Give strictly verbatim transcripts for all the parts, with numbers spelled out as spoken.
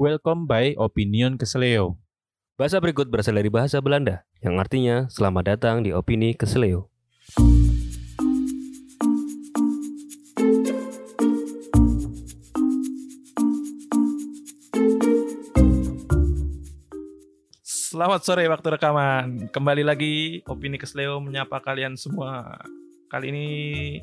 Welcome by Opinion Keseleo. Bahasa berikut berasal dari bahasa Belanda, yang artinya selamat datang di Opini Keseleo. Selamat sore waktu rekaman. Kembali lagi Opini Keseleo menyapa kalian semua. Kali ini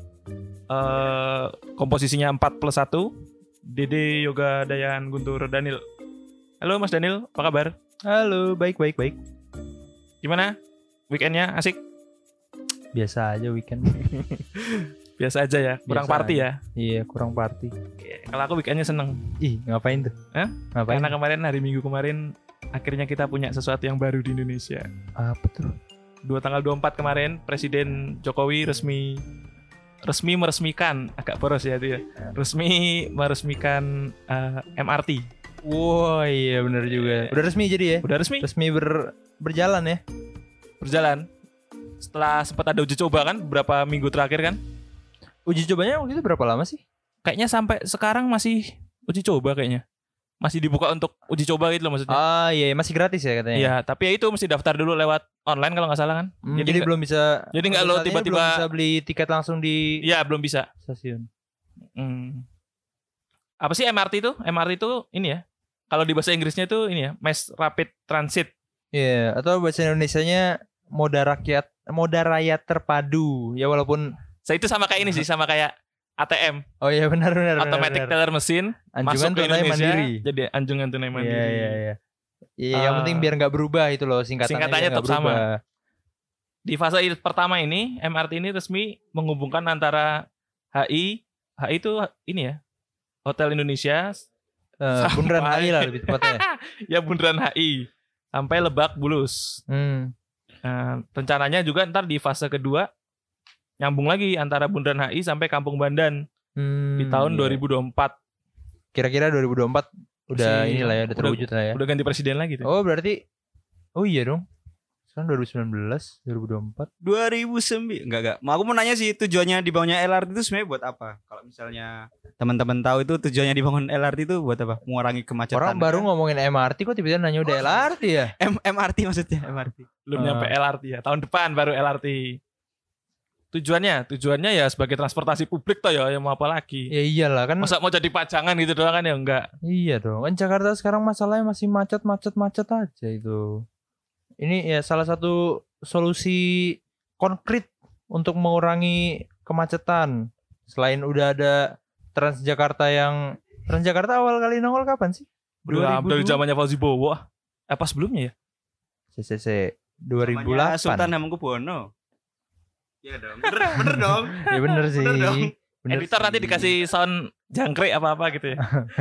uh, komposisinya empat plus satu. Dede, Yoga, Dayan, Guntur, Daniel. Halo Mas Daniel, apa kabar? Halo, baik baik baik. Gimana? Weekendnya asik? Biasa aja weekend. Biasa aja ya, kurang Biasa party aja. ya. Iya, kurang party. Oke, kalau aku weekendnya seneng. Ih, ngapain tuh? Hah? Ngapain? Karena kemarin hari Minggu kemarin akhirnya kita punya sesuatu yang baru di Indonesia. Apa tuh? Dua tanggal dua puluh empat kemarin Presiden Jokowi resmi resmi meresmikan, agak boros ya itu ya. Resmi meresmikan uh, M R T. Wow, iya benar juga. Udah resmi jadi ya? Udah resmi Resmi ber berjalan ya? berjalan. Setelah sempat ada uji coba kan beberapa minggu terakhir kan. Uji cobanya waktu itu berapa lama sih? Kayaknya sampai sekarang masih uji coba kayaknya. Masih dibuka untuk uji coba gitu loh maksudnya. Ah, iya, masih gratis ya katanya. Iya, tapi ya itu mesti daftar dulu lewat online kalau nggak salah kan. Hmm, jadi jadi nggak- belum bisa. jadi nggak lo saat ini tiba-tiba- belum bisa beli tiket langsung di Iya, belum bisa. stasiun. Hmm. Apa sih M R T itu? M R T itu ini ya. Kalau di bahasa Inggrisnya itu ini ya, Mass Rapid Transit. Iya, atau bahasa Indonesianya moda rakyat, moda raya terpadu. Ya walaupun Saya itu sama kayak ini sih, sama kayak A T M, oh iya benar benar benar, automatic benar. teller mesin, Anjungan masuk ke tunai Indonesia, mandiri. jadi anjungan tunai mandiri. Iya iya iya. Iya, yang Ah. penting biar nggak berubah itu loh singkatannya. Singkatannya biar nggak tetap sama. berubah. Di fase pertama ini, M R T ini resmi menghubungkan antara H I, H I itu ini ya, Hotel Indonesia, Eh, Bundaran Sampai- H I lah lebih tepatnya. ya Bundaran H I, sampai Lebak Bulus. Hmm. Nah, rencananya juga ntar di fase kedua nyambung lagi antara Bundaran H I sampai Kampung Bandan Hmm, di tahun iya. dua ribu dua puluh empat. Kira-kira dua ribu dua puluh empat udah Masih- inilah ya, udah udah- terwujud lah ya. Udah ganti presiden lagi tuh. Oh, berarti oh iya dong. Sekarang dua ribu sembilan belas, dua ribu dua puluh empat. dua ribu sembilan enggak enggak. Mau aku mau nanya sih tujuannya dibangunnya L R T itu sebenarnya buat apa? Kalau misalnya teman-teman tahu itu tujuannya dibangun L R T itu buat apa? Mengurangi kemacetan. Orang baru ngomongin M R T kok tiba-tiba nanya udah Oh, L R T ya? M MRT maksudnya M R T. Belum Ah. nyampe L R T ya. Tahun depan baru L R T. Tujuannya, tujuannya ya sebagai transportasi publik toh ya, yang mau apa lagi? Ya iyalah kan. Masa mau jadi pajangan gitu doang kan ya enggak. Iya dong. Kan Jakarta sekarang masalahnya masih macet-macet-macet aja itu. Ini ya salah satu solusi konkret untuk mengurangi kemacetan. Selain udah ada Transjakarta yang Transjakarta awal kali nongol kapan sih? Udah dari zamannya Fauzi Bowo. ah. Apa sebelumnya ya? C C C dua ribu Namanya delapan. Sultan Hamengkubuwono. Iya dong. Bener, bener dong. Ya bener sih. Bener dong. Bener Editor sih. nanti dikasih sound jangkrik apa-apa gitu ya.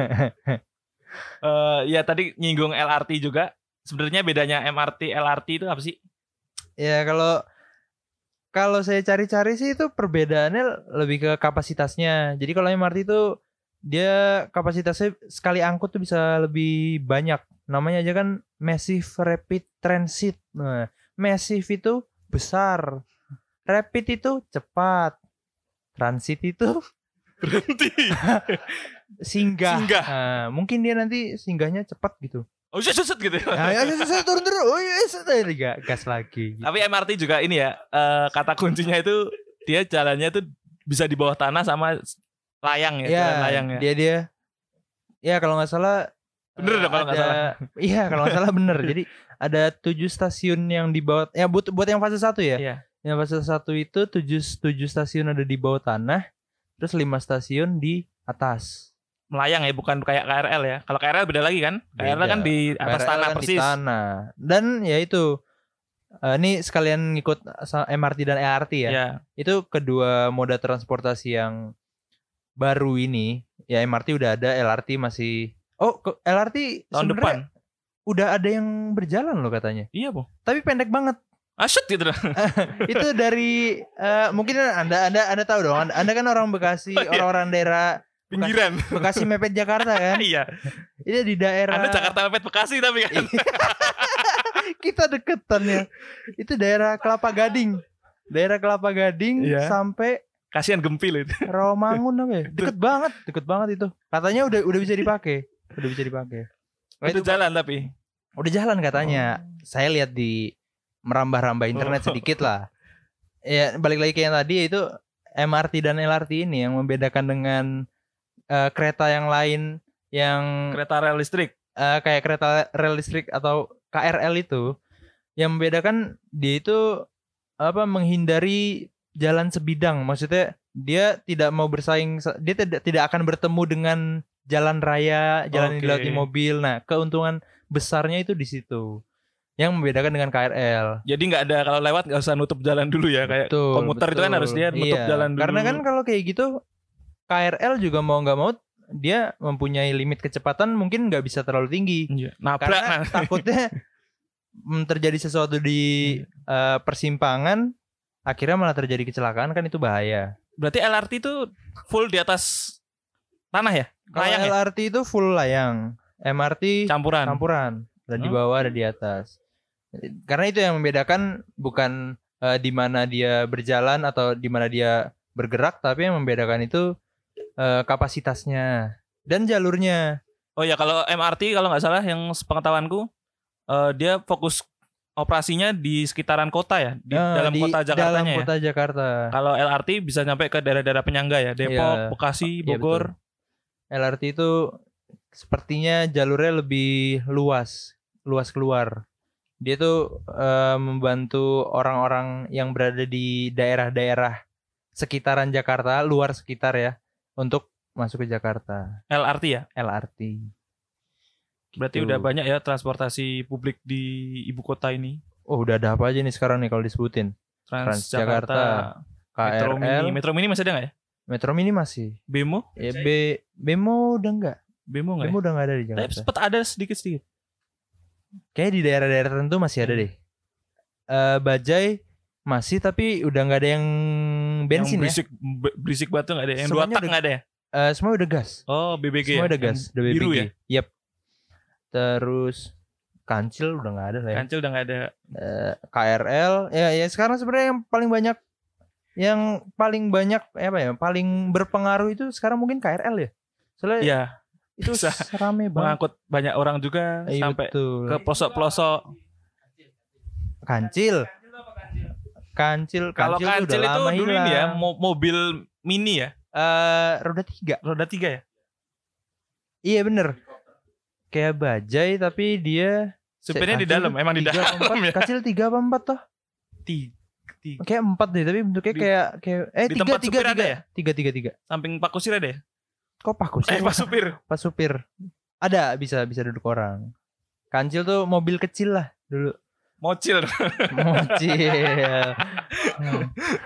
Eh ya tadi nyinggung L R T juga. Sebenarnya bedanya M R T L R T itu apa sih? Ya kalau kalau saya cari-cari sih itu perbedaannya lebih ke kapasitasnya. Jadi kalau M R T itu dia kapasitasnya sekali angkut tuh bisa lebih banyak. Namanya aja kan Massive Rapid Transit. Nah, Massive itu besar. Rapid itu cepat. Transit itu Berhenti. singgah. Singgah. Nah, mungkin dia nanti singgahnya cepat gitu. Oh, set set gitu. ya. Nah, ya, saya turun turun. Oh iya, saya gas lagi. Gitu. Tapi M R T juga ini ya, eh, kata kuncinya itu dia jalannya tuh bisa di bawah tanah sama layang ya, Ya, jalan layang ya. dia dia. Ya kalau nggak salah. Bener eh, dong kalau nggak ada- salah. Iya kalau nggak salah bener. Jadi ada tujuh stasiun yang di bawah. Ya buat buat yang fase satu ya. Iya. Yang fase satu itu tujuh tujuh stasiun ada di bawah tanah. Terus lima stasiun di atas. Melayang ya, bukan kayak K R L ya. Kalau K R L beda lagi kan? K R L Beda. kan di atas K R L tanah kan di persis. tanah. Dan ya itu. eh, ini sekalian ngikut sa- M R T dan L R T ya. Ya. Itu kedua moda transportasi yang baru ini. Ya M R T udah ada, L R T masih. Oh, ke- L R T Tahun sebenarnya depan. udah ada yang berjalan loh katanya. Iya, Bu. Tapi pendek banget. Asyik gitu. Itu dari eh, mungkin anda anda anda tahu dong. Anda, anda kan orang Bekasi, Oh, iya. orang-orang daerah Pinggiran. Bekasi mepet Jakarta kan. Iya. Itu di daerah. Anda Jakarta Mepet Bekasi tapi kan. Kita deketan ya. Itu daerah Kelapa Gading. Daerah Kelapa Gading Iya. sampai Kasihan Gempil itu. Rawamangun apa ya? Deket banget, deket banget itu. Katanya udah udah bisa dipakai. Udah bisa dipakai. Nah, Udah itu jalan tapi. udah jalan katanya. Saya lihat di merambah-rambah internet Oh. sedikit lah. Ya balik lagi ke yang tadi itu M R T dan L R T ini yang membedakan dengan eh, kereta yang lain yang Kereta rel listrik. eh, kayak kereta rel listrik atau K R L itu. Yang membedakan dia itu apa menghindari jalan sebidang. Maksudnya dia tidak mau bersaing, dia tidak tidak akan bertemu dengan jalan raya, jalan yang Oke. dilewati mobil. Nah, keuntungan besarnya itu di situ. Yang membedakan dengan K R L. Jadi nggak ada kalau lewat nggak usah nutup jalan dulu ya kayak Betul, komuter itu kan betul. harus dia nutup Iya, jalan dulu. Karena kan kalau kayak gitu K R L juga mau nggak mau dia mempunyai limit kecepatan mungkin nggak bisa terlalu tinggi. Iya, nabrak Karena nah. takutnya mm, terjadi sesuatu di eh, persimpangan, akhirnya malah terjadi kecelakaan, kan itu bahaya. Berarti L R T itu full di atas tanah ya? Kalau Layang ya? L R T itu full layang, M R T Campuran. campuran, ada di Oh. bawah ada di atas. Karena itu yang membedakan bukan eh, di mana dia berjalan atau di mana dia bergerak, tapi yang membedakan itu eh, kapasitasnya dan jalurnya. Oh ya kalau M R T kalau nggak salah yang sepengetahuanku eh, dia fokus operasinya di sekitaran kota ya, di Nah, dalam di kota dalam Jakartanya ya. kota Jakarta. Kalau L R T bisa nyampe ke daerah-daerah penyangga ya, Depok, Iya. Bekasi, Iya, Bogor. L R T itu sepertinya jalurnya lebih luas, luas keluar. Dia tuh eh, membantu orang-orang yang berada di daerah-daerah sekitaran Jakarta, luar sekitar ya, untuk masuk ke Jakarta. L R T ya. L R T. Berarti Gitu. udah banyak ya transportasi publik di ibu kota ini. Oh, udah ada apa aja nih sekarang nih kalau disebutin? Transjakarta, Transjakarta, Metro K R L, Mini. Metro Mini masih ada nggak ya? Metro Mini masih. Bemo? Ya, B Bemo udah enggak. Bemo nggak? Bemo Ya? udah enggak ada di Tapi Jakarta. sempat ada sedikit-sedikit. Kayaknya di daerah-daerah tertentu masih ada deh. Eh Bajai masih, tapi udah nggak ada yang bensin yang ya. berisik, be- berisik batu nggak ada. Yang Semuanya dua tak udah- nggak ada ya? Eh, semua udah gas. Oh B B G Semua ya? udah gas. Yang Udah B B G. biru ya? Yep. Terus Kancil udah nggak ada lah ya. Kancil udah nggak ada. Eh, K R L ya ya sekarang sebenarnya yang paling banyak yang paling banyak eh, apa ya paling berpengaruh itu sekarang mungkin K R L ya. Soalnya Iya, itu bisa rame banget. mengangkut banyak orang juga Iya, sampai betul. ke pelosok-pelosok. Kancil. Kancil, Kalau Kancil, tuh kancil udah itu lama dulu ini ya, hilang. mo- mobil mini ya, Eh, roda tiga. roda tiga ya. Iya bener. Kayak bajai tapi dia Supirnya di Kancil dalam, emang di tiga apa dalam empat? ya. Kacil tiga apa empat toh? Tiga, tiga. Kayak empat deh, tapi bentuknya Di- kayak kayak eh di tiga tempat tiga supir tiga ada ya? tiga tiga tiga. Samping Pak Kusir ada ya? Kok Pak Kusir? Eh Pak Supir. Pak supir. Ada bisa bisa duduk orang. Kancil tuh mobil kecil lah dulu. Mocil. Mocil. Hmm.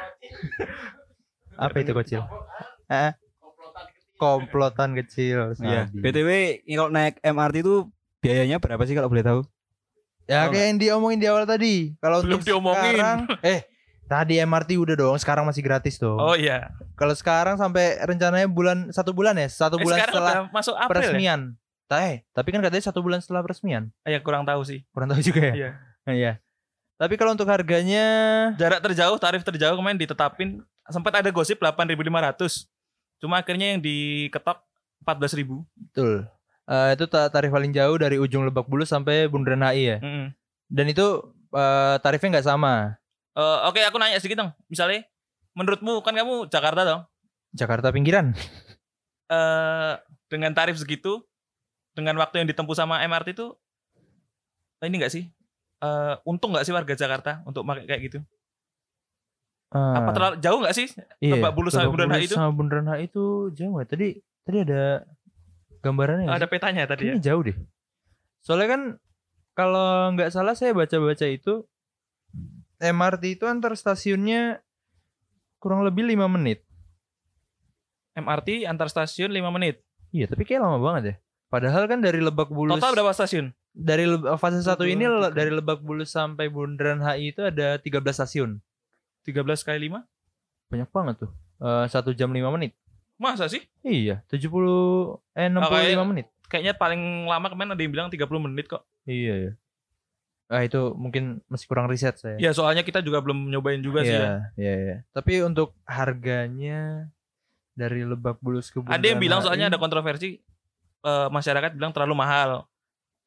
Apa itu kecil? Eh? Komplotan kecil. Iya. Sabi. B T W kalau naik M R T itu biayanya berapa sih kalau boleh tahu? Ya Tahu kayak yang diomongin di awal tadi. Kalau Belum untuk diomongin. sekarang, eh tadi M R T udah dong. Sekarang masih gratis tuh. Oh iya. Kalau sekarang sampai rencananya bulan satu bulan ya, satu Eh, bulan sekarang setelah udah masuk April ya? peresmian. Eh, tapi kan katanya satu bulan setelah peresmian. Ah, ya kurang tahu sih. Kurang tahu juga ya. Iya. Iya. Tapi kalau untuk harganya, Jarak terjauh, tarif terjauh kemarin ditetapin. Sempat ada gosip delapan ribu lima ratus. Cuma akhirnya yang diketok empat belas ribu. betul. Eh, itu ta- tarif paling jauh dari ujung Lebak Bulus sampai Bundaran H I ya. Mm-mm. Dan itu eh, tarifnya nggak sama. Eh, Oke, aku nanya sedikit dong. Misalnya, menurutmu kan kamu Jakarta dong. Jakarta pinggiran. Eh, dengan tarif segitu, dengan waktu yang ditempuh sama M R T itu, ini enggak sih? Eh, untung nggak sih warga Jakarta untuk pakai kayak gitu? Apa terlalu jauh nggak sih? iya, Lebak Bulus sampai Lebak Bundaran H I Bulus itu? sama Bundaran H I itu jauh ya. Tadi tadi ada gambarannya. nggak Ada sih? petanya tadi ya. Kayaknya jauh deh. Soalnya kan kalau nggak salah saya baca-baca itu M R T itu antar stasiunnya kurang lebih lima menit. M R T antar stasiun lima menit. Iya, tapi kayak lama banget ya. Padahal kan dari Lebak Bulus Total berapa stasiun? dari Le- fase satu ini Dua, le- dari Lebak Bulus sampai Bundaran H I itu ada tiga belas stasiun. tiga belas kali lima? Banyak banget tuh. Eh, satu jam lima menit. Masa sih? Iya, tujuh puluh eh enam puluh lima kayak- menit. Kayaknya paling lama kemarin ada yang bilang tiga puluh menit kok. Iya ya. Ah itu mungkin masih kurang riset saya. Ya soalnya kita juga belum nyobain juga sih ya. Iya, iya, iya. Tapi untuk harganya dari Lebak Bulus ke Bundaran Ada yang bilang H I, soalnya ada kontroversi, eh, masyarakat bilang terlalu mahal.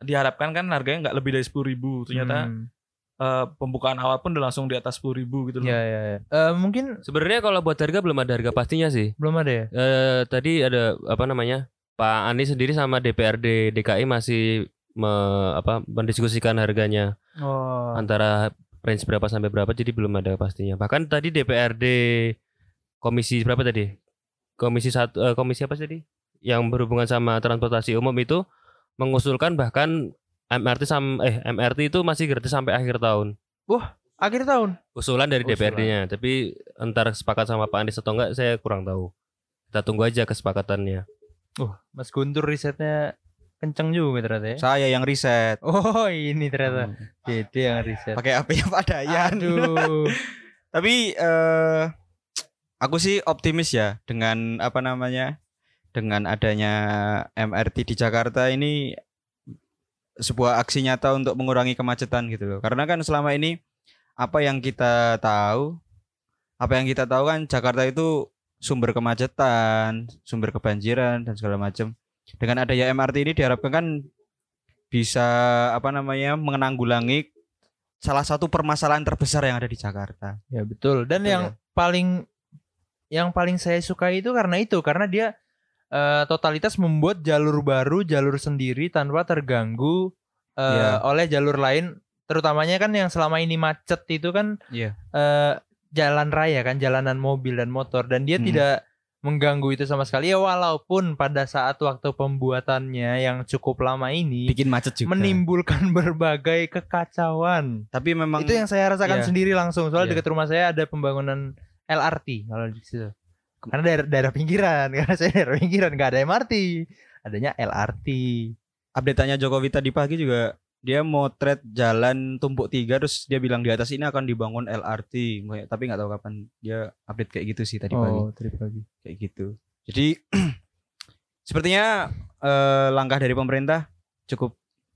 diharapkan kan harganya nggak lebih dari sepuluh ribu. Ternyata Hmm. eh, pembukaan awal pun udah langsung di atas sepuluh ribu gitu loh. Ya ya ya. Eh, mungkin Sebenarnya kalau buat harga belum ada harga pastinya sih. belum ada ya. Eh, tadi ada apa namanya? Pak Anies sendiri sama D P R D D K I masih me, apa mendiskusikan harganya Oh. antara range berapa sampai berapa, jadi belum ada pastinya. Bahkan tadi D P R D komisi berapa tadi? Komisi satu eh, komisi apa sih tadi? Yang berhubungan sama transportasi umum itu mengusulkan bahkan M R T sam eh M R T itu masih gratis sampai akhir tahun. Akhir tahun. Usulan dari D P R Usulan. D-nya, tapi entar sepakat sama Pak Anies atau enggak saya kurang tahu. Kita tunggu aja kesepakatannya. Mas Guntur risetnya kenceng juga ternyata ya. Saya yang riset. Oh, ini ternyata. Hmm. Dede yang riset. Pakai H P-nya Pak Dayan. Aduh. Tapi eh aku sih optimis ya dengan apa namanya? Dengan adanya M R T di Jakarta ini sebuah aksi nyata untuk mengurangi kemacetan gitu loh. Karena kan selama ini apa yang kita tahu, apa yang kita tahu kan Jakarta itu sumber kemacetan, sumber kebanjiran dan segala macam. Dengan adanya M R T ini diharapkan kan bisa apa namanya menanggulangi salah satu permasalahan terbesar yang ada di Jakarta. Ya betul. Dan Betul yang ya? paling yang paling saya suka itu karena itu karena dia eh, totalitas membuat jalur baru, jalur sendiri tanpa terganggu eh, Iya. oleh jalur lain. Terutamanya kan yang selama ini macet itu kan Iya. eh, jalan raya kan, jalanan mobil dan motor, dan dia Hmm. tidak mengganggu itu sama sekali ya, walaupun pada saat waktu pembuatannya yang cukup lama ini Bikin macet juga. menimbulkan berbagai kekacauan. Tapi memang Itu yang saya rasakan iya. sendiri langsung. Soalnya Iya. dekat rumah saya ada pembangunan L R T kalau di situ. Karena daerah, daerah pinggiran, karena saya daerah pinggiran nggak ada M R T, adanya L R T. update-nya Jokowi tadi pagi juga dia mau trade jalan tumpuk tiga terus dia bilang di atas ini akan dibangun L R T. Tapi nggak tahu kapan dia update kayak gitu sih tadi pagi. Oh, tadi pagi. Kayak gitu. Jadi sepertinya eh, langkah dari pemerintah cukup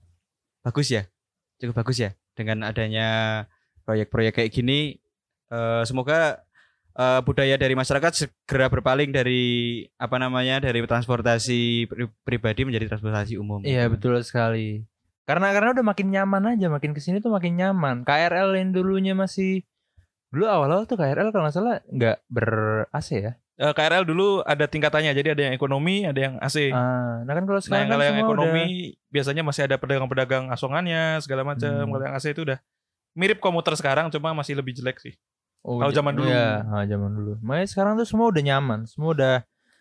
bagus ya. Cukup bagus ya dengan adanya proyek-proyek kayak gini. Eh, semoga eh, budaya dari masyarakat segera berpaling dari apa namanya dari transportasi pri- pribadi menjadi transportasi umum. Iya, betul sekali. Karena karena udah makin nyaman aja, makin kesini tuh makin nyaman. K R L yang dulunya masih dulu awal-awal tuh K R L kalau nggak salah nggak ber-A C ya. Eh, K R L dulu ada tingkatannya, jadi ada yang ekonomi, ada yang A C. Ah, nah kan kalau Nah, sekarang yang kalau kan yang semua ekonomi udah- biasanya masih ada pedagang-pedagang asongannya segala macam. Hmm. Kalau yang A C itu udah mirip komuter sekarang, cuma masih lebih jelek sih. Oh, Kalau j- zaman dulu. Iya, ah, zaman dulu. Makanya sekarang tuh semua udah nyaman, semua udah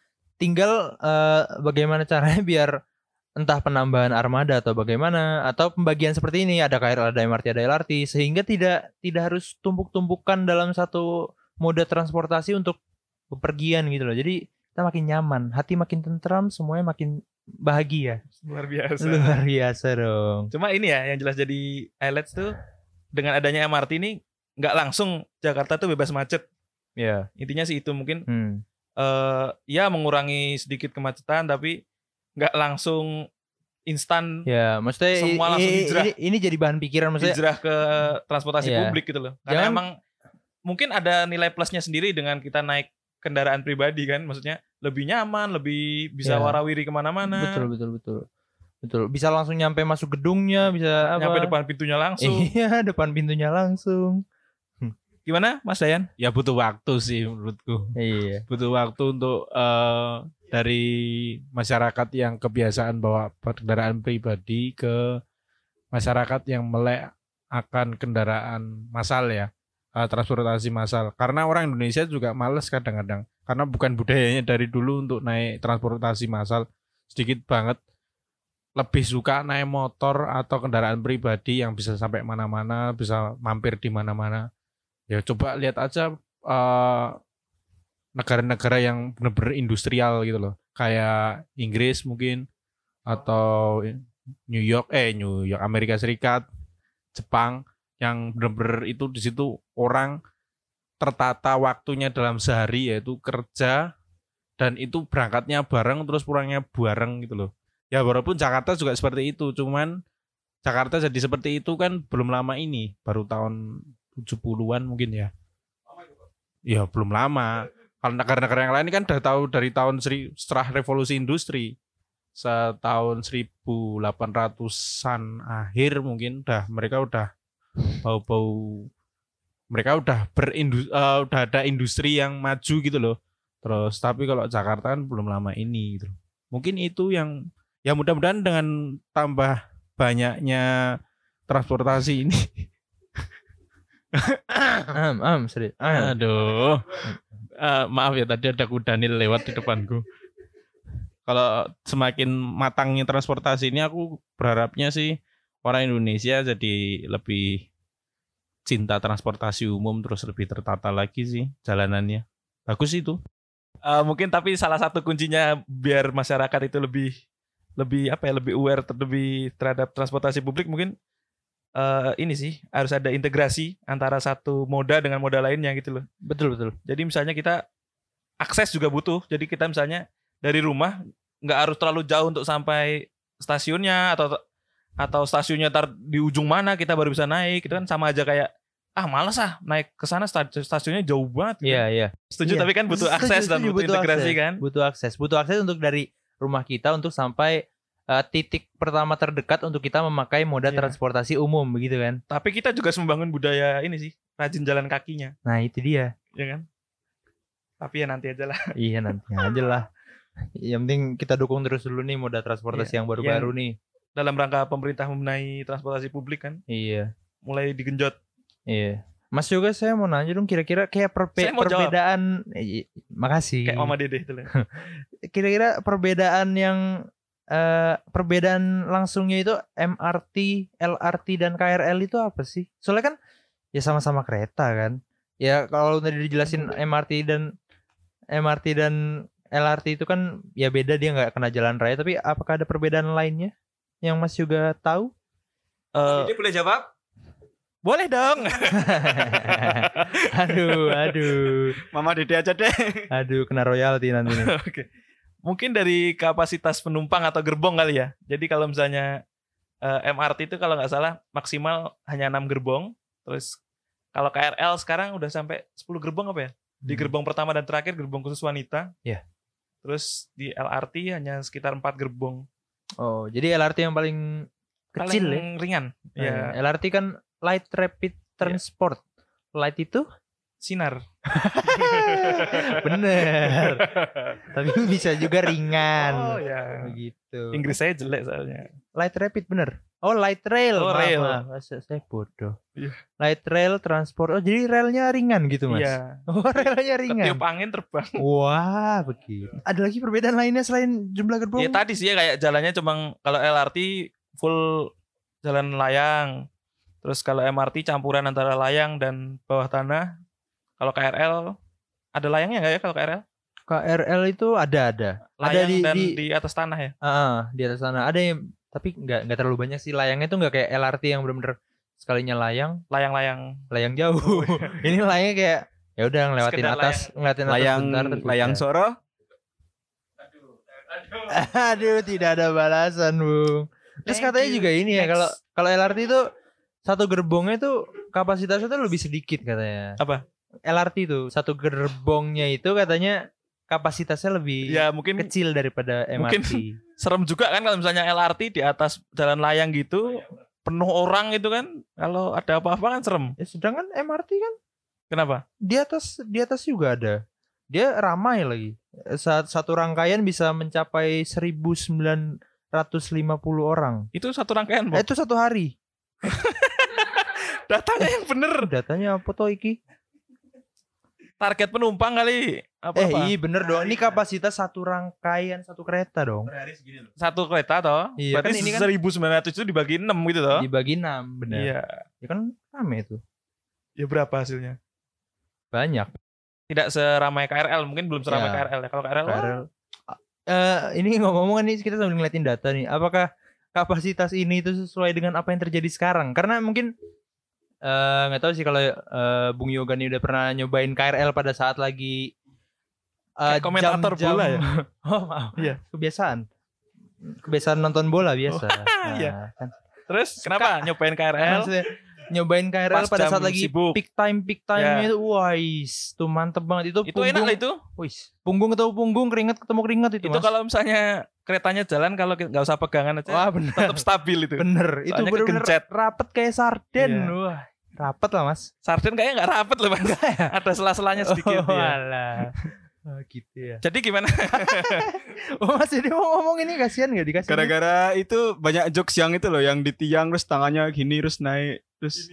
tinggal eh, bagaimana caranya biar entah penambahan armada atau bagaimana atau pembagian seperti ini, ada K R L, ada M R T, ada L R T, sehingga tidak tidak harus tumpuk-tumpukan dalam satu moda transportasi untuk bepergian gitu loh. Jadi kita makin nyaman, hati makin tentram, semuanya makin bahagia. Luar biasa. Luar biasa dong. Cuma ini ya yang jelas jadi highlights tuh dengan adanya M R T ini nggak langsung Jakarta tuh bebas macet. Ya. Intinya sih itu mungkin Hmm. eh ya mengurangi sedikit kemacetan tapi nggak langsung instan Ya, maksudnya i- Semua langsung i- hijrah. ini, ini jadi bahan pikiran maksudnya. hijrah ke transportasi Iya. publik gitu loh. Karena Jangan- emang mungkin ada nilai plusnya sendiri dengan kita naik kendaraan pribadi kan. Maksudnya lebih nyaman, lebih bisa Iya. warawiri kemana-mana. Betul betul betul. Betul. Bisa langsung nyampe masuk gedungnya, bisa apa? Nyampe depan pintunya langsung. Iya, depan pintunya langsung. Gimana Mas Dayan? Ya butuh waktu sih menurutku. Iya. Butuh waktu untuk eh, dari masyarakat yang kebiasaan bawa kendaraan pribadi ke masyarakat yang melek akan kendaraan massal ya, eh, transportasi massal. Karena orang Indonesia juga males kadang-kadang. Karena bukan budayanya dari dulu untuk naik transportasi massal, sedikit banget lebih suka naik motor atau kendaraan pribadi yang bisa sampai mana-mana, bisa mampir di mana-mana. Ya coba lihat aja eh, negara-negara yang benar-benar industrial gitu loh, kayak Inggris mungkin atau New York, eh New York, Amerika Serikat, Jepang, yang benar-benar itu di situ orang tertata waktunya dalam sehari, yaitu kerja dan itu berangkatnya bareng terus pulangnya bareng gitu loh. Ya walaupun Jakarta juga seperti itu, cuman Jakarta jadi seperti itu kan belum lama ini, baru tahun tujuh puluhan mungkin ya. Ya belum lama. Kalau negara-negara yang lain kan udah tahu dari tahun seri, setelah revolusi industri. setahun seribu delapan ratusan akhir mungkin udah mereka udah bau-bau mereka udah berindustri uh, udah ada industri yang maju gitu loh. Terus tapi kalau Jakarta kan belum lama ini gitu. Mungkin itu yang ya mudah-mudahan dengan tambah banyaknya transportasi ini. Am, am, serius. Am. Aduh. Uh, maaf ya tadi ada kudanil lewat di depanku. Kalau semakin matangnya transportasi ini aku berharapnya sih orang Indonesia jadi lebih cinta transportasi umum terus lebih tertata lagi sih jalanannya. Bagus itu. Uh, mungkin tapi salah satu kuncinya biar masyarakat itu lebih lebih apa ya lebih aware lebih terhadap transportasi publik mungkin uh, ini sih harus ada integrasi antara satu moda dengan moda lainnya gitu loh. Betul betul. Jadi misalnya kita akses juga butuh. Jadi kita misalnya dari rumah nggak harus terlalu jauh untuk sampai stasiunnya atau atau stasiunnya tar di ujung mana kita baru bisa naik. Itu kan sama aja kayak ah malas ah naik ke sana stasiunnya jauh banget. Iya gitu. Iya. Setuju iya. tapi kan butuh Setuju, akses dan setuju, butuh, integrasi akses. kan. Butuh akses. Butuh akses untuk dari rumah kita untuk sampai uh, titik pertama terdekat untuk kita memakai moda Iya. transportasi umum begitu kan. Tapi kita juga harus membangun budaya ini sih rajin jalan kakinya, Nah itu dia. ya kan? Tapi ya nanti aja lah. Iya nanti aja lah. Yang penting kita dukung terus dulu nih moda transportasi Iya. yang baru-baru nih. Dalam rangka pemerintah membenahi transportasi publik kan, Iya. mulai digenjot. Iya. Mas juga saya mau nanya dong kira-kira kayak perbe- Saya mau jawab. perbedaan eh, makasih. Kayak Mama Dede itu lah. Kira-kira perbedaan yang eh, perbedaan langsungnya itu M R T, L R T dan K R L itu apa sih? Soalnya kan ya sama-sama kereta kan. Ya kalau tadi dijelasin M R T dan M R T dan L R T itu kan ya beda dia nggak kena jalan raya. Tapi apakah ada perbedaan lainnya yang Mas juga tahu? Eh, Jadi boleh jawab? boleh dong. aduh, aduh, Mama Dede aja deh. aduh kena royalti nanti nih. Oke. Mungkin dari kapasitas penumpang atau gerbong kali ya. Jadi kalau misalnya eh, M R T itu kalau nggak salah maksimal hanya enam gerbong. Terus kalau K R L sekarang udah sampai sepuluh gerbong apa ya? Di Hmm. gerbong pertama dan terakhir gerbong khusus wanita. Iya. Terus di L R T hanya sekitar empat gerbong. Oh, jadi L R T yang paling kecil ya? Paling ringan. Ya, L R T kan Light Rapid Transport. Light itu sinar. bener. Tapi bisa juga ringan. Oh ya. Begitu. Inggris saya jelek soalnya. Light Rapid bener. Oh Light Rail. Oh, maaf, rail. maaf. Saya, saya bodoh. Iya. Light Rail Transport. Oh jadi relnya ringan gitu mas? Iya. Oh relnya ringan. Ketiup angin terbang. Wah begitu. Ada lagi perbedaan lainnya selain jumlah gerbong? Ya tadi sih ya kayak jalannya cuma kalau L R T full jalan layang. Terus kalau M R T campuran antara layang dan bawah tanah. Kalau K R L ada layangnya nggak ya kalau K R L? K R L itu ada ada. Ada Layang di, dan di, di atas tanah ya. Ah, di atas sana ada yang tapi nggak nggak terlalu banyak sih layangnya tuh nggak kayak L R T yang benar-benar sekalinya layang Layang-layang. layang jauh. Ini layangnya kayak ya udah ngelewatin Sekedar atas ngeliatin atas Layang bentar, terus layang udah. Soro. Aduh tidak ada balasan Bung. Terus Thank katanya you. juga ini ya Next. kalau kalau L R T itu satu gerbongnya tuh kapasitasnya tuh lebih sedikit katanya. Apa? L R T itu satu gerbongnya itu katanya kapasitasnya lebih Ya mungkin kecil daripada M R T. Mungkin serem juga kan kalau misalnya L R T di atas jalan layang gitu penuh orang itu kan kalau ada apa-apa kan serem. Ya, sedangkan M R T kan Kenapa? di atas di atas juga ada. Dia ramai lagi. Saat satu rangkaian bisa mencapai seribu sembilan ratus lima puluh orang. Itu satu rangkaian, Eh, Bob. itu satu hari. Datanya yang bener. Datanya apa toh iki? Target penumpang kali apa Eh, apa? iya bener dong. Ini kapasitas satu rangkaian satu kereta dong. Satu kereta toh. Iya, Berarti kan ini kan- seribu sembilan ratus itu dibagi enam gitu toh. Dibagi enam, bener. Iya. Ya kan rame itu. Ya berapa hasilnya? Banyak. Tidak seramai K R L, mungkin belum seramai Ya. K R L ya. Kalau K R L, K R L. Eh, ini ngomong-ngomong nih kita sambil ngeliatin data nih. Apakah kapasitas ini itu sesuai dengan apa yang terjadi sekarang? Karena mungkin eh, nggak tahu sih kalau eh, Bung Yoga nih udah pernah nyobain K R L pada saat lagi eh, Kayak komentator jam-jam- bola ya? Oh maaf. Iya. Kebiasaan. Kebiasaan nonton bola biasa. Nah, iya. kan. terus kenapa nyobain K R L? Maksudnya, nyobain K R L Pas pada jam saat lagi sibuk. peak time peak time Ya. itu, wais, tuh mantep banget itu. Itu enak lah itu. Wis, punggung ketemu punggung, keringat ketemu keringat itu. Itu Mas. kalau misalnya keretanya jalan kalau kita nggak usah pegangan aja Wah bener. tetap stabil itu. Bener. Itu Soalnya bener-bener kegencet. rapet kayak sarden. Iya. Wah, rapet lah mas. Sarden kayaknya nggak rapet loh Mas. Ada sela-selanya sedikit Oh, ya. alah. Oh, gitu ya. Jadi gimana? Oh mas jadi mau ngomong ini kasihan gak dikasih? Gara-gara itu banyak jokes yang itu loh, yang di tiang terus tangannya gini terus naik terus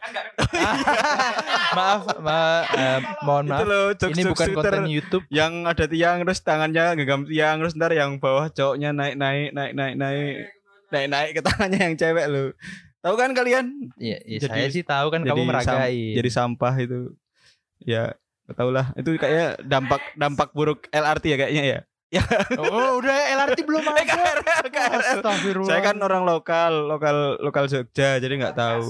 maaf, ma eh, mohon itu maaf. loh jokes Ini bukan konten YouTube. yang ada tiang terus tangannya genggam tiang terus ntar yang bawah cowoknya naik naik naik naik naik naik naik ke tangannya yang cewek loh. Tahu kan kalian? Iya, iya, Jadi- saya sih tahu kan kamu sam- meragai. jadi sampah itu. Ya, tau lah. Itu kayaknya dampak dampak buruk L R T ya kayaknya ya. Oh, udah L R T belum ada. K R L, K R L. Astagfirullah. Saya kan orang lokal, lokal lokal Jogja, jadi nggak tahu.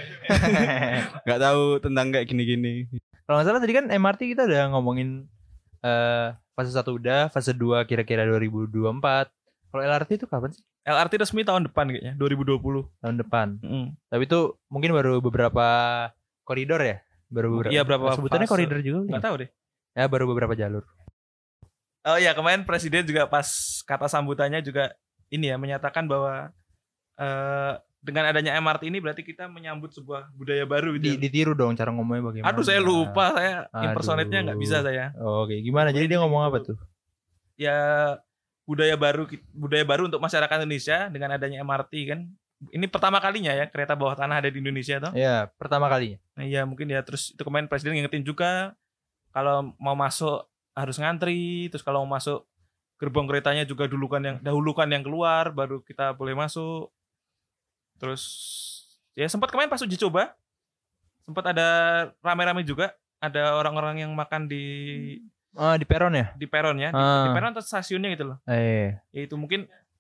Nggak tahu tentang kayak gini-gini. Kalau nggak salah tadi kan M R T kita udah ngomongin eh fase satu udah, fase dua kira-kira dua ribu dua puluh empat. Kalau L R T itu kapan sih? L R T resmi tahun depan kayaknya dua ribu dua puluh. Tahun depan. Mm. Tapi itu mungkin baru beberapa koridor ya? Baru beberapa. Iya, berapa sebutannya fase. koridor juga. Nggak tahu deh. Ya baru beberapa jalur. Oh ya, kemarin presiden juga pas kata sambutannya juga ini ya menyatakan bahwa eh, dengan adanya M R T ini berarti kita menyambut sebuah budaya baru Di, gitu. ya. ditiru dong cara ngomongnya bagaimana. Aduh saya lupa, saya Aduh. impersonate-nya nggak bisa saya. Oke, gimana? Jadi dia ngomong apa tuh? Ya budaya baru budaya baru untuk masyarakat Indonesia dengan adanya M R T kan. Ini pertama kalinya ya kereta bawah tanah ada di Indonesia toh. Ya, pertama kalinya. Nah, iya mungkin ya terus itu kemarin presiden ngingetin juga kalau mau masuk harus ngantri, terus kalau mau masuk gerbong keretanya juga dulukan yang dahulukan yang keluar baru kita boleh masuk. Terus ya sempat kemarin pas uji coba sempat ada rame-rame juga, ada orang-orang yang makan di Ah, di peron ya? di peron ya, di, Ah. di peron atau stasiunnya gitu loh. Eh. Ya itu mungkin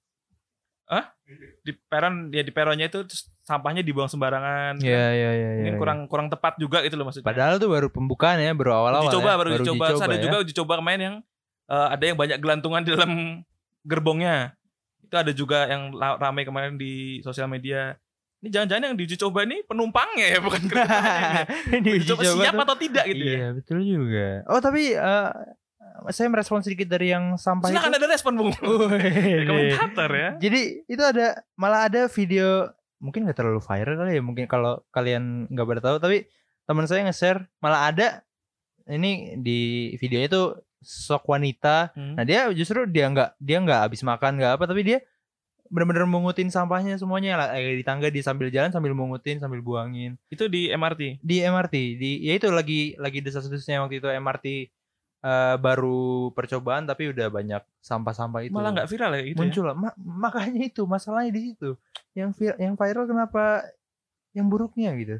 ah di peron ya di peronnya itu terus sampahnya dibuang sembarangan. Iya, iya, iya, Mungkin iya. kurang kurang tepat juga gitu loh maksudnya. Padahal tuh baru pembukaan ya, baru awal-awal. Uji coba ya. baru uji coba, Terus ada ya. juga uji coba kemarin yang eh, ada yang banyak gelantungan di dalam gerbongnya. Itu ada juga yang la- ramai kemarin di sosial media. Ini jangan-jangan yang diuji coba ini penumpangnya ya, bukan keretanya. Ini Uji coba siap tuh- atau tidak gitu iya, ya. betul juga. Oh, tapi eh, saya merespon sedikit dari yang sampah Silakan itu. ada respon Bung. Dari komentator ya. Jadi itu ada malah ada video mungkin nggak terlalu viral kali ya, mungkin kalau kalian nggak pada tahu, tapi teman saya nge-share malah ada ini di videonya tuh sok wanita. Hmm. Nah dia justru dia nggak dia nggak habis makan nggak apa, tapi dia benar-benar mungutin sampahnya semuanya lah, eh, di tangga dia sambil jalan sambil mungutin sambil buangin Itu di M R T. di M R T. Di ya itu lagi lagi desas-desusnya waktu itu M R T eh, baru percobaan tapi udah banyak sampah-sampah itu. Malah nggak viral ya gitu. muncul lah. Ma- makanya itu masalahnya di situ. Yang vir- yang viral kenapa yang buruknya gitu.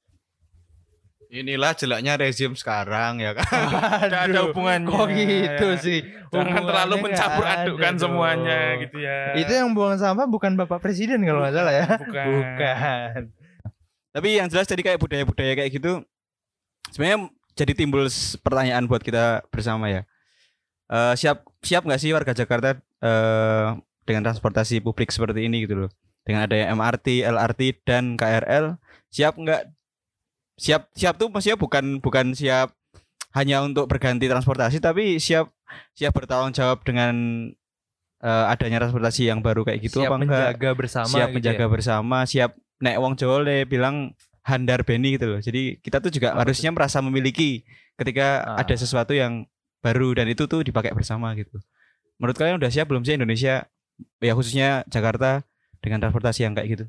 Inilah jeleknya rezim sekarang ya kan. Nggak ada hubungannya. Kok gitu Ya. sih? Jangan terlalu Hubungannya mencampur nggak ada adukkan dong. semuanya gitu ya. Itu yang buang sampah bukan Bapak Presiden kalau nggak salah ya. Bukan. Bukan. Tapi yang jelas tadi kayak budaya-budaya kayak gitu sebenarnya jadi timbul s- pertanyaan buat kita bersama ya. Eh, siap siap nggak sih warga Jakarta eh, dengan transportasi publik seperti ini gitu loh. Dengan adanya M R T, L R T dan K R L, siap nggak? Siap siap tuh maksudnya bukan bukan siap hanya untuk berganti transportasi, tapi siap siap bertanggung jawab dengan eh, adanya transportasi yang baru kayak gitu Siap apa enggak? menjaga bersama. Siap gitu menjaga ya. bersama, siap nek wong Jawa le bilang handar beni gitu loh. Jadi kita tuh juga Apa harusnya merasa memiliki ketika Ah. ada sesuatu yang baru dan itu tuh dipakai bersama gitu. Menurut kalian udah siap belum sih Indonesia, ya khususnya Jakarta dengan transportasi yang kayak gitu?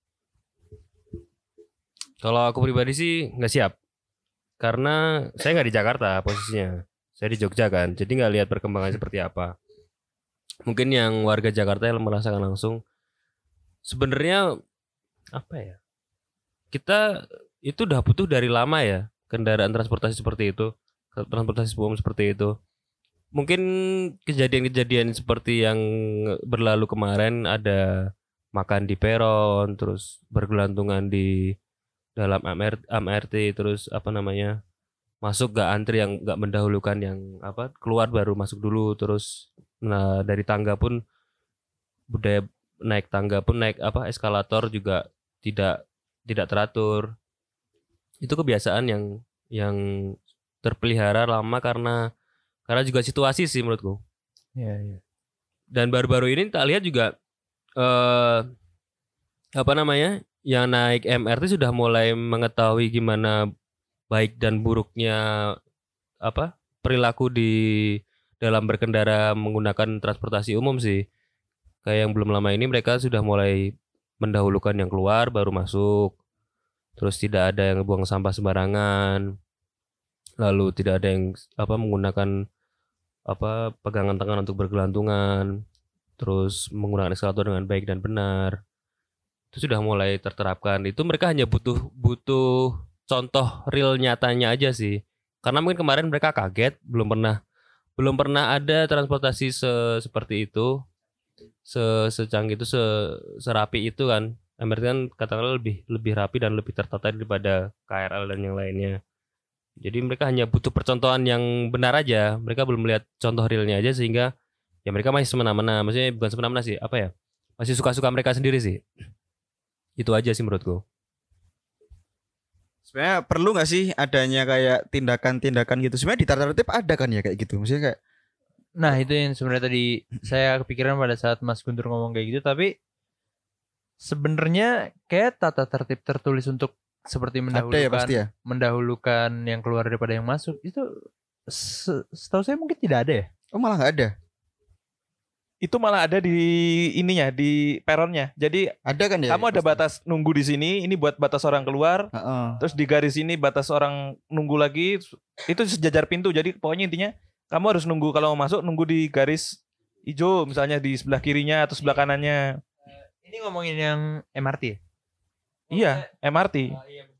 Kalau aku pribadi sih nggak siap, karena saya nggak di Jakarta posisinya, saya di Jogja kan, jadi nggak lihat perkembangan seperti apa. Mungkin yang warga Jakarta yang merasakan langsung, sebenarnya apa ya? Kita itu udah butuh dari lama ya kendaraan transportasi seperti itu, transportasi umum seperti itu. Mungkin kejadian-kejadian seperti yang berlalu kemarin, ada makan di peron, terus bergelantungan di dalam M R T, terus apa namanya masuk gak antri yang gak mendahulukan yang apa keluar baru masuk dulu, terus nah dari tangga pun budaya naik tangga pun naik apa eskalator juga tidak tidak teratur. Itu kebiasaan yang yang terpelihara lama karena karena juga situasi sih menurutku. Iya, iya. Dan baru-baru ini tak lihat juga eh apa namanya? Yang naik M R T sudah mulai mengetahui gimana baik dan buruknya apa? Perilaku di dalam berkendara menggunakan transportasi umum sih. Kayak yang belum lama ini mereka sudah mulai mendahulukan yang keluar baru masuk. Terus tidak ada yang buang sampah sembarangan. Lalu tidak ada yang apa menggunakan apa pegangan tangan untuk bergelantungan. Terus menggunakan eskalator dengan baik dan benar. Itu sudah mulai terterapkan. Itu mereka hanya butuh butuh contoh real nyatanya aja sih. Karena mungkin kemarin mereka kaget, belum pernah belum pernah ada transportasi se- seperti itu, se- secanggih itu, se- serapi itu kan. M R T kan katakanlah lebih lebih rapi dan lebih tertata daripada K R L dan yang lainnya. Jadi mereka hanya butuh percontohan yang benar aja. Mereka belum melihat contoh realnya aja sehingga ya mereka masih semena-mena. Maksudnya bukan semena-mena sih, apa ya? Masih suka-suka mereka sendiri sih. Itu aja sih menurutku. Sebenarnya perlu nggak sih adanya kayak tindakan-tindakan gitu? Sebenarnya di tata tertib ada kan ya kayak gitu. Maksudnya kayak Nah itu yang sebenarnya tadi saya kepikiran pada saat Mas Guntur ngomong kayak gitu. Tapi sebenarnya kayak tata tertib tertulis untuk seperti ada ya mendahulukan pasti ya. mendahulukan yang keluar daripada yang masuk itu se- setahu saya mungkin tidak ada ya. Oh malah nggak ada. Itu malah ada di ininya, di peronnya. Jadi Ada kan ya? kamu ada pasti. batas nunggu di sini, ini buat batas orang keluar. Heeh. Terus di garis ini batas orang nunggu lagi. Itu sejajar pintu. Jadi pokoknya intinya kamu harus nunggu kalau mau masuk nunggu di garis hijau misalnya di sebelah kirinya atau sebelah kanannya. Ini ngomongin yang M R T ya? Iya, M R T.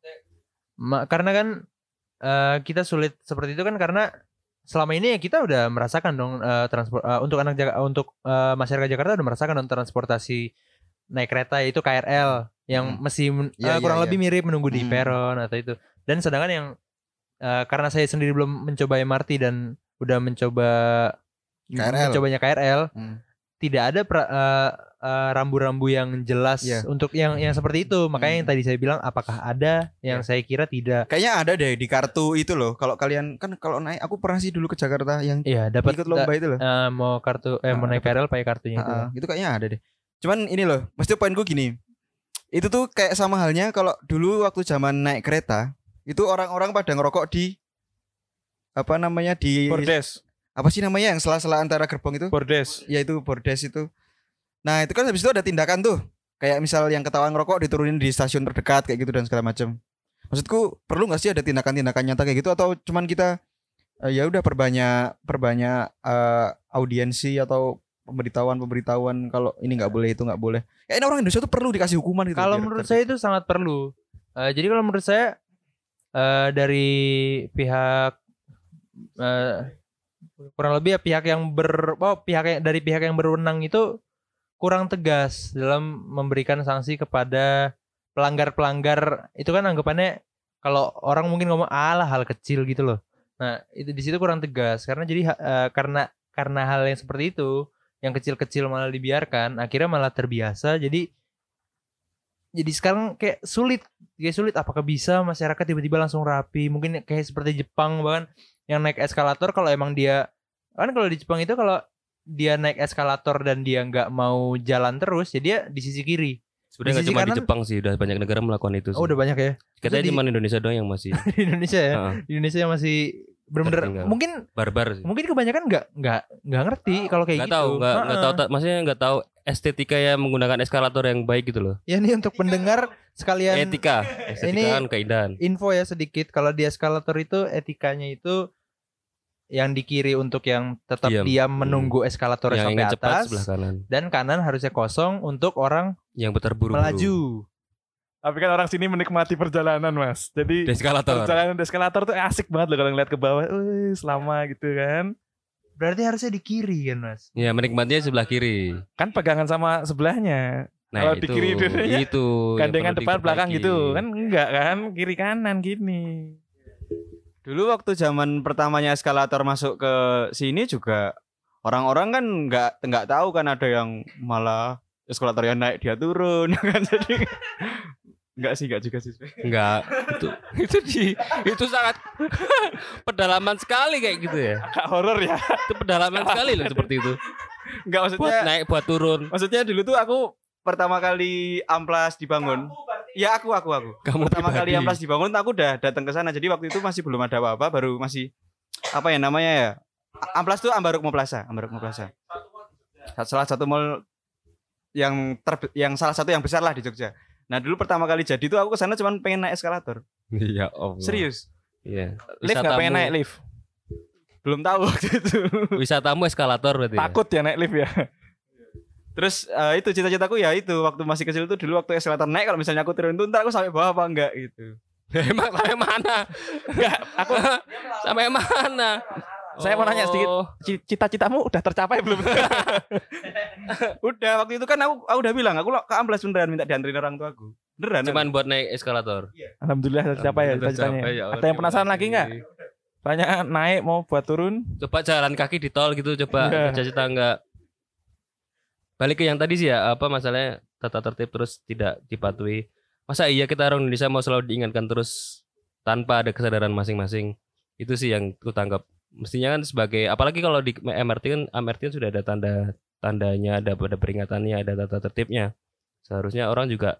Ma- karena kan eh, kita sulit seperti itu kan karena selama ini ya kita udah merasakan dong eh, transport eh, untuk anak Jak- untuk eh, masyarakat Jakarta udah merasakan dong transportasi naik kereta yaitu K R L yang Hmm. mesti men- Iya, eh, kurang iya, lebih mirip menunggu di Hmm. peron atau itu. Dan sedangkan yang eh, karena saya sendiri belum mencoba M R T dan udah mencoba K R L. mencobanya K R L, Hmm. tidak ada pra- eh, eh, rambu-rambu yang jelas Iya. untuk yang yang seperti itu. Makanya yang Hmm. tadi saya bilang apakah ada yang saya kira tidak. Kayaknya ada deh di kartu itu loh. Kalau kalian kan kalau naik, aku pernah sih dulu ke Jakarta yang Iya, dapat ikut lomba itu loh. eh, mau kartu eh mau Ah, naik K R L pakai kartunya itu. Heeh, itu kayaknya ada deh. Cuman ini loh, mesti poinku gini. Itu tuh kayak sama halnya kalau dulu waktu zaman naik kereta, itu orang-orang pada ngerokok di apa namanya di Bordes. apa sih namanya yang sela-sela antara gerbong itu? Bordes. Ya itu bordes itu. Nah itu kan habis itu ada tindakan tuh. Kayak misal yang ketahuan ngerokok diturunin di stasiun terdekat kayak gitu dan segala macam. Maksudku perlu nggak sih ada tindakan-tindakan nyata kayak gitu atau cuman kita eh, ya udah perbanyak perbanyak eh, audiensi atau pemberitahuan-pemberitahuan kalau ini nggak boleh itu nggak boleh. Kayaknya orang Indonesia tuh perlu dikasih hukuman gitu. Kalau biar menurut tertib. saya itu sangat perlu. Eh, jadi kalau menurut saya eh, dari pihak eh, kurang lebih ya pihak yang ber oh, pihak yang, dari pihak yang berwenang itu kurang tegas dalam memberikan sanksi kepada pelanggar-pelanggar. Itu kan anggapannya kalau orang mungkin ngomong alah hal kecil gitu loh. Nah, itu di situ kurang tegas karena jadi ha- eh, karena karena hal yang seperti itu yang kecil-kecil malah dibiarkan, akhirnya malah terbiasa. Jadi jadi sekarang kayak sulit, kayak sulit apakah bisa masyarakat tiba-tiba langsung rapi? Mungkin kayak seperti Jepang bahkan yang naik eskalator kalau emang dia kan kalau di Jepang itu kalau dia naik eskalator dan dia nggak mau jalan terus ya dia di sisi kiri. Sebenarnya nggak Di sisi cuma di kanan- Jepang sih, udah banyak negara melakukan itu sih. Oh udah banyak ya. Katanya Di- cuma Indonesia doang yang masih Di Indonesia ya. Heeh, Di Indonesia yang masih benar-benar Tertinggal. mungkin barbar sih. mungkin kebanyakan nggak nggak nggak ngerti kalau kayak Nggak gitu. tahu, nggak nggak Heeh. tahu, ta- maksudnya nggak tahu estetika ya menggunakan eskalator yang baik gitu loh. Ya ini untuk pendengar sekalian Etika, estetika ini- kan keindahan. info ya sedikit kalau di eskalator itu etikanya itu yang di kiri untuk yang tetap Diam. diam menunggu eskalator Yang sampai ingin cepat atas sebelah kanan, dan kanan harusnya kosong untuk orang yang terburu-buru. melaju. Tapi kan orang sini menikmati perjalanan, Mas. Jadi Di eskalator. perjalanan di eskalator tuh asik banget loh kalau ngeliat ke bawah. Wih, selama gitu kan. Berarti harusnya di kiri kan, Mas? Ya menikmatinya sebelah kiri. Kan pegangan sama sebelahnya. Nah Kalau itu, di kiri dulunya, itu yang Gandengan perlu depan belakang diperbaiki. gitu. Kan enggak kan? Kiri kanan gini. Dulu waktu zaman pertamanya eskalator masuk ke sini juga orang-orang kan nggak nggak tahu kan ada yang malah eskalator yang naik dia turun kan jadi nggak sih nggak juga sih. Enggak, itu itu di itu sangat pedalaman sekali kayak gitu ya. Agak horor ya. Itu pedalaman sekali loh seperti itu. Enggak Buat maksudnya naik, buat turun. maksudnya dulu tuh aku pertama kali Amplas dibangun. Ya aku aku aku. Kamu Pertama pribadi. kali Amplas dibangun aku udah datang ke sana. Jadi waktu itu masih belum ada apa-apa, baru masih apa ya namanya ya? Amplas tuh Ambarukmo Plaza, Ambarukmo Plaza. Salah satu mall yang ter, yang salah satu yang besar lah di Jogja. Nah, dulu pertama kali jadi tuh aku ke sana cuman pengen naik eskalator. Ya Allah. Serius. Iya. Lift nggak pengen naik lift. Belum tahu waktu itu. Wisatamu eskalator berarti. Ya? Takut ya naik lift ya. Terus uh, itu cita-citaku ya itu waktu masih kecil tuh dulu waktu eskalator naik kalau misalnya aku turun tuh ntar aku sampai bawah apa enggak gitu. Emang sampai mana? Enggak, aku Sampai mana? saya mau nanya sedikit. Oh. C- Cita-citamu udah tercapai belum? Udah waktu itu kan aku, aku udah bilang aku ke Amplas beneran minta dianterin orang tuaku. Beneran. Cuman buat naik eskalator. Alhamdulillah tercapai ya Alhamdulillah cita-citanya. tercapai, ya Allah, Ada yang penasaran terima lagi kasih. enggak? Banyak naik mau buat turun. Coba jalan kaki di tol gitu, coba Iya. cita-cita enggak. Balik ke yang tadi sih ya, apa masalahnya tata tertib terus tidak dipatuhi. Masa iya kita orang Indonesia mau selalu diingatkan terus tanpa ada kesadaran masing-masing. Itu sih yang ku tangkap. Mestinya kan sebagai, apalagi kalau di M R T kan, M R T kan sudah ada tanda tandanya, ada ada peringatannya, ada tata tertibnya. Seharusnya orang juga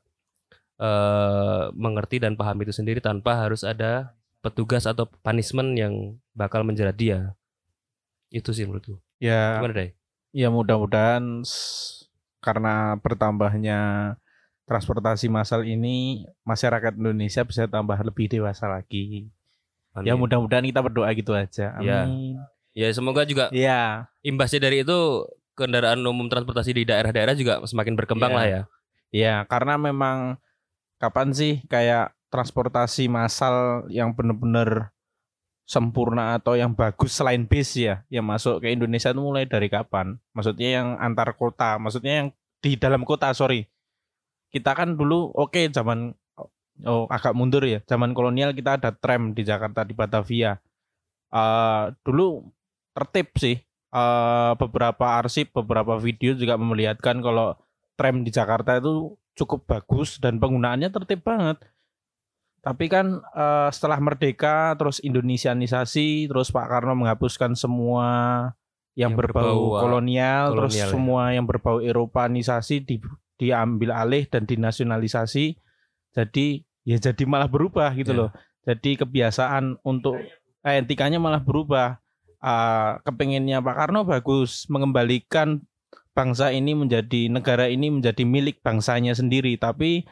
eh, mengerti dan paham itu sendiri tanpa harus ada petugas atau punishment yang bakal menjerat dia. Itu sih menurutku. Ya, Gimana deh? ya mudah-mudahan s- karena bertambahnya transportasi massal ini masyarakat Indonesia bisa tambah lebih dewasa lagi. Ya Amin. mudah-mudahan kita berdoa gitu aja. Ya. Amin. Ya semoga juga Ya, imbasnya dari itu kendaraan umum transportasi di daerah-daerah juga semakin berkembang Iya. lah ya. ya karena memang kapan sih kayak transportasi massal yang benar-benar sempurna atau yang bagus selain bis ya yang masuk ke Indonesia itu mulai dari kapan? Maksudnya yang antar kota, maksudnya yang di dalam kota, sorry. Kita kan dulu oke zaman oh agak mundur ya. Zaman kolonial kita ada tram di Jakarta di Batavia. Eh, dulu tertib sih. Eh, beberapa arsip, beberapa video juga memperlihatkan kalau tram di Jakarta itu cukup bagus dan penggunaannya tertib banget. Tapi kan eh, setelah merdeka terus Indonesianisasi, terus Pak Karno menghapuskan semua yang, Yang berbau, berbau, kolonial, terus kolonial, ya. semua yang berbau Eropanisasi di, diambil alih dan dinasionalisasi. Jadi ya jadi malah berubah gitu Ya. loh. Jadi kebiasaan untuk eh, etikanya malah berubah. Eh, kepengennya Pak Karno bagus mengembalikan bangsa ini menjadi negara ini menjadi milik bangsanya sendiri, tapi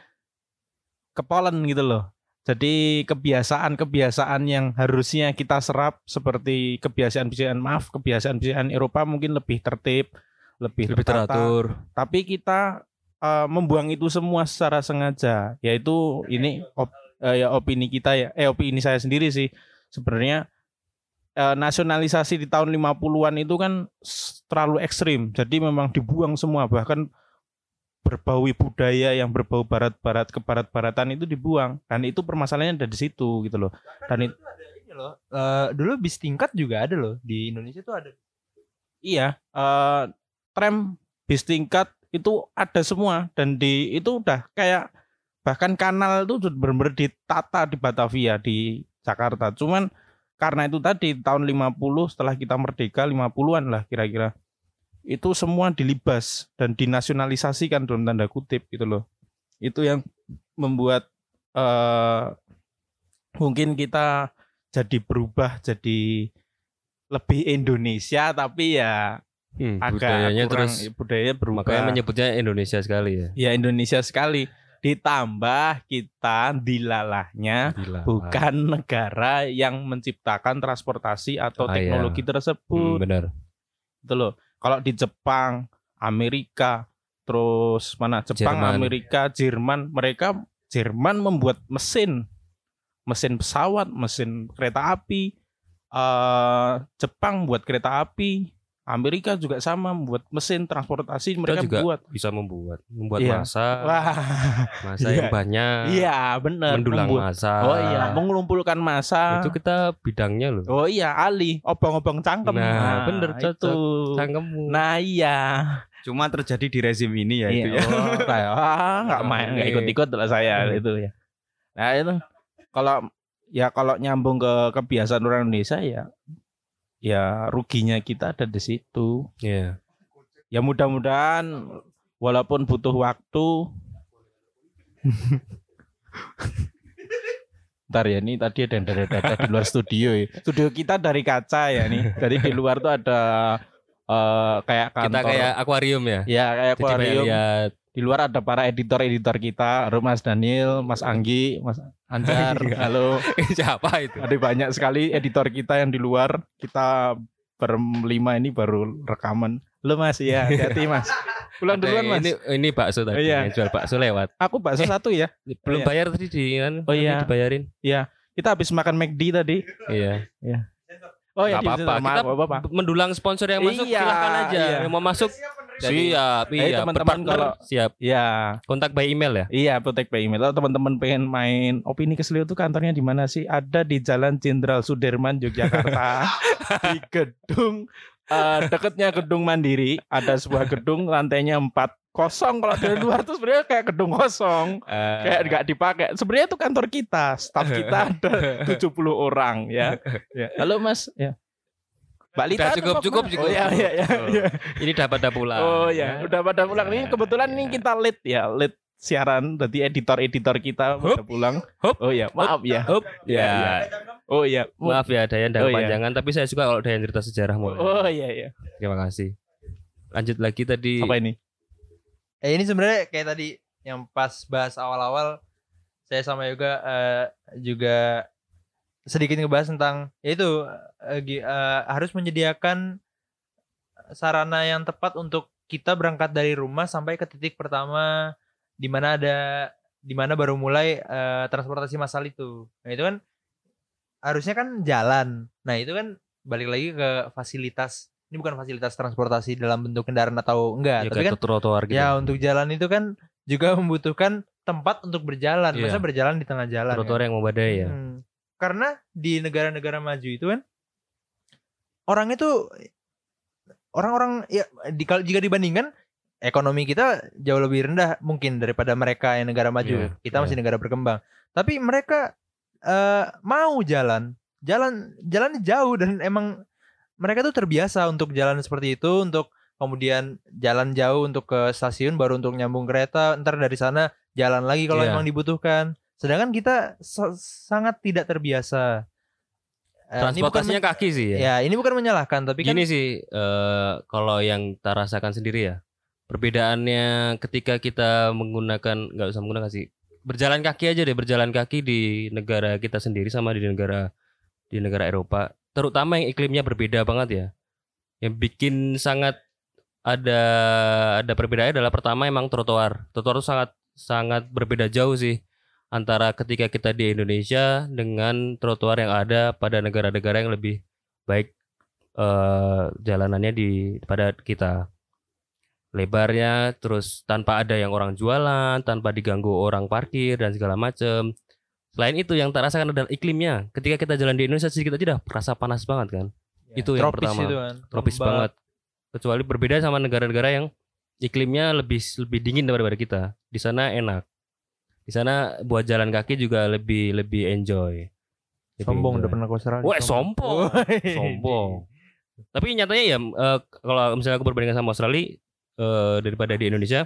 kepolen gitu loh. Jadi kebiasaan-kebiasaan yang harusnya kita serap seperti kebiasaan-kebiasaan maaf, kebiasaan-kebiasaan Eropa mungkin lebih tertib, lebih, Lebih tertata. teratur. Tapi kita eh, membuang itu semua secara sengaja. Yaitu ini op, eh, ya opini kita ya, eh opini saya sendiri sih. Sebenarnya eh, nasionalisasi di tahun lima puluhan itu kan s- terlalu ekstrim. Jadi memang dibuang semua, bahkan berbau budaya yang berbau barat-barat ke barat-baratan itu dibuang, dan itu permasalahannya ada di situ gitu loh. Dan itu Ini loh, eh, dulu bis tingkat juga ada loh di Indonesia tuh ada. iya, eh, tram bis tingkat itu ada semua, dan di itu udah kayak bahkan kanal itu sudah benar-benar ditata di Batavia di Jakarta. Cuman karena itu tadi tahun lima puluh setelah kita merdeka lima puluhan lah kira-kira, itu semua dilibas dan dinasionalisasikan dalam tanda kutip gitu loh. Itu yang membuat eh, mungkin kita jadi berubah jadi lebih Indonesia, tapi ya Hmm, agak budayanya kurang, terus budaya berubah. makanya menyebutnya Indonesia sekali ya. Ya Indonesia sekali. Ditambah kita dilalahnya Gila. bukan negara yang menciptakan transportasi atau Ah, iya. teknologi Hmm, tersebut. benar. Gitu loh. Kalau di Jepang, Amerika, terus mana Jepang, Jerman. Amerika, Jerman, mereka Jerman membuat mesin, mesin pesawat, mesin kereta api. Eh, Jepang buat kereta api, Amerika juga sama membuat mesin transportasi, mereka juga buat. Bisa membuat membuat Iya. masa, Wah, masa iya. yang banyak, iya benar. mendulang Membuat- masa. Oh iya, mengumpulkan masa. Itu kita bidangnya loh. Oh iya, Ali, obong-obong cangkem. Nah, bener, cocok. itu. Cangkemmu. Nah iya. Cuma terjadi di rezim ini ya itu Iya, ya. oh, kayak, ah, nggak main, nggak Oke. ikut-ikut lah saya Hmm. itu ya. Nah itu kalau ya kalau nyambung ke kebiasaan orang Indonesia ya, ya ruginya kita ada di situ. Iya. ya mudah-mudahan walaupun butuh waktu. Bentar ya, ini tadi ada yang dari data di luar studio ya. Studio kita dari kaca ya nih. Jadi di luar tuh ada uh, kayak kantor. Kita kayak akuarium ya. Ya kayak Jadi banyak akuarium. lihat. Di luar ada para editor-editor kita, ada Mas Daniel, Mas Anggi, Mas Anjar, halo. Siapa itu? Ada banyak sekali editor kita yang di luar. Kita berlima ini baru rekaman. Lo Mas ya, hati-hati Mas. Pulang Ada duluan Mas. Ini ini bakso tadi. Iya. Yang jual bakso lewat. Aku bakso Eh. satu ya. Belum iya. bayar tadi di kan? Oh, iya. Tadi dibayarin. Kita habis makan McD tadi. Iya. Oh ya, Nggak apa-apa. Kita apa-apa. mendulang sponsor yang masuk Iya, silahkan aja. iya. Yang mau masuk Jadi, siap. eh, Iya. teman-teman Berpartner, kalau- siap. Ya, Kontak by email ya. iya protek by email. Kalau teman-teman pengen main Opini Kesleo tuh kantornya di mana sih? Ada di Jalan Jenderal Sudirman, Yogyakarta. Di gedung eh, dekatnya gedung Mandiri. Ada sebuah gedung lantainya empat kosong. Kalau dari luar tuh sebenarnya kayak gedung kosong. Eh, Kayak nggak dipakai. Sebenarnya itu kantor kita. Staff kita ada tujuh puluh orang ya. Ya. Halo Mas, ya. Mbak Lita Udah, tuh cukup, mau cukup, kemana? cukup. Oh iya iya iya. iya. Ini dapat dah pulang. Oh ya, udah pada pulang nih. Kebetulan nih kita lead ya, lead siaran. Jadi editor-editor kita Hup. udah pulang. Hup. Oh ya, maaf ya. Hup. Ya, Ya. ya. Oh ya. Maaf ya Dayan dah Oh, iya. panjangan, tapi saya suka kalau Dayan cerita sejarah mulai. Oh iya iya. Terima kasih. Lanjut lagi tadi. Apa ini? Eh ini sebenarnya kayak tadi yang pas bahas awal-awal saya sama Yoga eh, juga sedikit ngebahas tentang yaitu eh, gi- eh, harus menyediakan sarana yang tepat untuk kita berangkat dari rumah sampai ke titik pertama di mana ada di mana baru mulai eh, transportasi massal itu. Nah itu kan harusnya kan jalan. Nah itu kan balik lagi ke fasilitas. Ini bukan fasilitas transportasi dalam bentuk kendaraan atau enggak, Ya, tapi kan kayak trotoar gitu. ya untuk jalan itu kan juga membutuhkan tempat untuk berjalan. Iya. Masa berjalan di tengah jalan? trotoar kan? yang memadai ya. Hmm. Karena di negara-negara maju itu kan orang itu orang-orang ya di, kalau jika dibandingkan ekonomi kita jauh lebih rendah mungkin daripada mereka yang negara maju. Iya, Kita iya. masih negara berkembang. Tapi mereka eh, mau jalan, jalan jalan jauh dan emang mereka tuh terbiasa untuk jalan seperti itu, untuk kemudian jalan jauh untuk ke stasiun baru untuk nyambung kereta, ntar dari sana jalan lagi kalau Iya. emang dibutuhkan. Sedangkan kita sa- sangat tidak terbiasa. Eh, ini bukan Transportasinya men- kaki sih ya. ya ini bukan menyalahkan tapi kan Gini sih, eh, kalau yang kita rasakan sendiri ya, perbedaannya ketika kita menggunakan, nggak usah menggunakan sih, berjalan kaki aja deh, berjalan kaki di negara kita sendiri sama di negara di negara Eropa, terutama yang iklimnya berbeda banget ya. Yang bikin sangat ada ada perbedaannya adalah pertama emang trotoar. Trotoar itu sangat sangat berbeda jauh sih antara ketika kita di Indonesia dengan trotoar yang ada pada negara-negara yang lebih baik eh, jalanannya di pada kita. Lebarnya, terus tanpa ada yang orang jualan, tanpa diganggu orang parkir dan segala macem. Selain itu yang tak rasakan adalah iklimnya. Ketika kita jalan di Indonesia sedikit aja dah rasa panas banget kan. ya, itu yang tropis pertama. itu kan. Tropis Lembab. banget. Kecuali berbeda sama negara-negara yang iklimnya lebih lebih dingin daripada kita. Di sana enak. Di sana buat jalan kaki juga lebih lebih enjoy. Lebih Sombong enjoy. udah pernah ke Australia. Wah, sombong. Sombong. Tapi nyatanya ya eh, kalau misalnya aku berbandingkan sama Australia eh, daripada di Indonesia,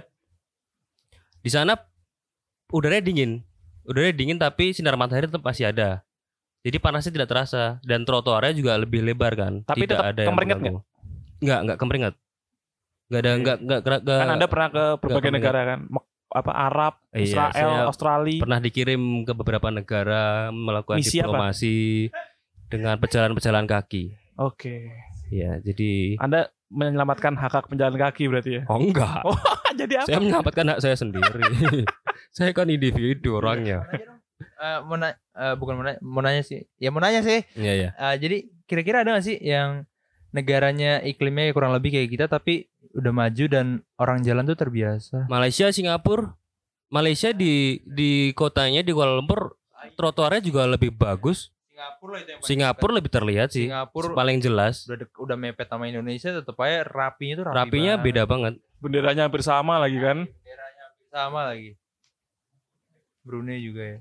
di sana udaranya dingin, udaranya dingin tapi sinar matahari tetap masih ada. Jadi panasnya tidak terasa dan trotoarnya juga lebih lebar kan. Tapi tidak tetap ada yang kemeringat mengganggu. Nggak, nggak kemeringat. Nggak ada, Oke. nggak, nggak, nggak, nggak- Kan Anda pernah ke berbagai kemeringat. negara kan? Mek- apa Arab, Iya, Israel, saya Australia. pernah dikirim ke beberapa negara melakukan Misi apa? diplomasi dengan pejalan-pejalan kaki. Oke. Ya, jadi Anda menyelamatkan hak hak penjalan kaki berarti ya? oh enggak. Oh, jadi apa? Saya menyelamatkan hak saya sendiri. Saya kan individu orangnya. Eh, mau na- eh, bukan mau nanya, mau nanya sih. Ya mau nanya sih. Iya ya. Eh, jadi kira-kira ada gak sih yang negaranya iklimnya kurang lebih kayak kita tapi udah maju dan orang jalan tuh terbiasa? Malaysia, Singapura, Malaysia di di kotanya di Kuala Lumpur trotoarnya juga lebih bagus. Singapura lah itu yang Singapura lebih terlihat sih. Singapura Paling jelas. udah dek- udah mepet sama Indonesia tetap aja rapinya tuh rapi Rapinya banget. beda banget. Benderanya hampir sama lagi kan? Benderanya hampir sama lagi. Brunei juga ya.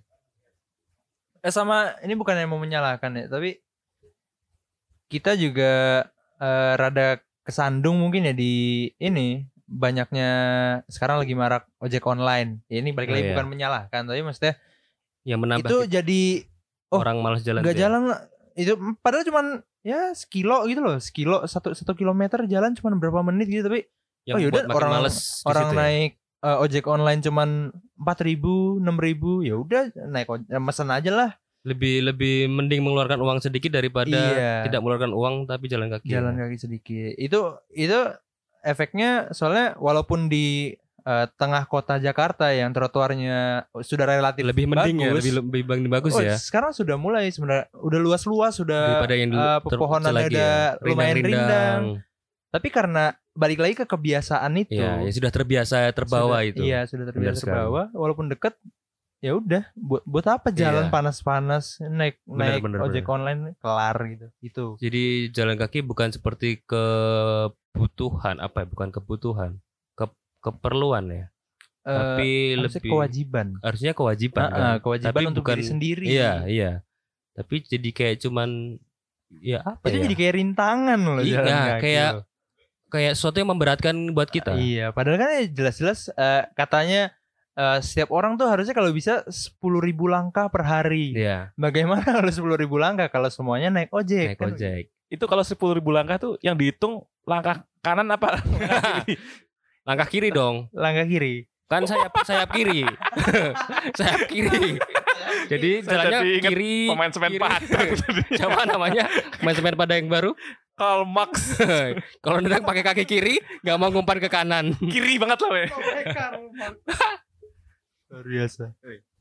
Eh sama ini bukan yang mau menyalahkan ya, tapi kita juga eh, rada kesandung mungkin ya di ini banyaknya sekarang lagi marak ojek online. Ya, ini balik Oh, lagi iya. bukan menyalahkan, tapi maksudnya Yang menambah itu kita- jadi oh, orang malas jalan. nggak tuh ya. jalan itu padahal cuman ya sekilo gitu loh, sekilo satu satu kilometer jalan cuman berapa menit gitu, tapi Yang oh, yaudah, membuat makin orang- males di orang situ ya. naik eh, ojek online cuman empat ribu, enam ribu, ya udah naik oj- eh, mesen aja lah. lebih lebih mending mengeluarkan uang sedikit daripada Iya. tidak mengeluarkan uang tapi jalan kaki. Jalan kaki sedikit. Itu itu efeknya soalnya walaupun di eh, tengah kota Jakarta yang trotoarnya sudah relatif Lebih mending ya, bagus. lebih lebih bang- bagus Oh, ya. sekarang sudah mulai sebenarnya udah luas-luas, sudah Daripada yang dulu eh, ter- pepohonannya kecil lagi udah ya. lumayan Rindang-rindang. rindang. Tapi karena balik lagi ke kebiasaan itu. Ya, ya sudah terbiasa terbawa Sudah- itu. Iya, sudah terbiasa Benar sekali. terbawa walaupun deket. Ya udah, buat buat apa jalan Iya. panas-panas naik Benar, naik benar, ojek online kelar gitu. Itu. Jadi jalan kaki bukan seperti kebutuhan apa ya? Bukan kebutuhan, ke keperluan ya. Eh, Tapi harusnya lebih kewajiban. harusnya kewajiban Ah, kan. ah, kewajiban Tapi untuk bukan- diri sendiri. Iya, iya. Tapi jadi kayak cuman ya apa Itu ya? jadi kayak rintangan loh Iya, jalan kaki kayak loh. kayak sesuatu yang memberatkan buat kita. Iya, padahal kan ya jelas-jelas eh, katanya eh, setiap orang tuh harusnya kalau bisa sepuluh ribu langkah per hari. Iya, Bagaimana kalau sepuluh ribu langkah kalau semuanya naik ojek? naik kan? ojek. Itu kalau sepuluh ribu langkah tuh yang dihitung langkah kanan apa? Langkah kiri dong. Langkah kiri. Kan sayap sayap kiri. sayap kiri. Jadi Saya jalannya jadi ingat kiri. pemain semen kiri. Padang. Siapa namanya? Pemain semen Padang yang baru. Karl Marx Kalau nendang pakai kaki kiri, nggak mau ngumpan ke kanan. kiri banget lah weh. Luar biasa.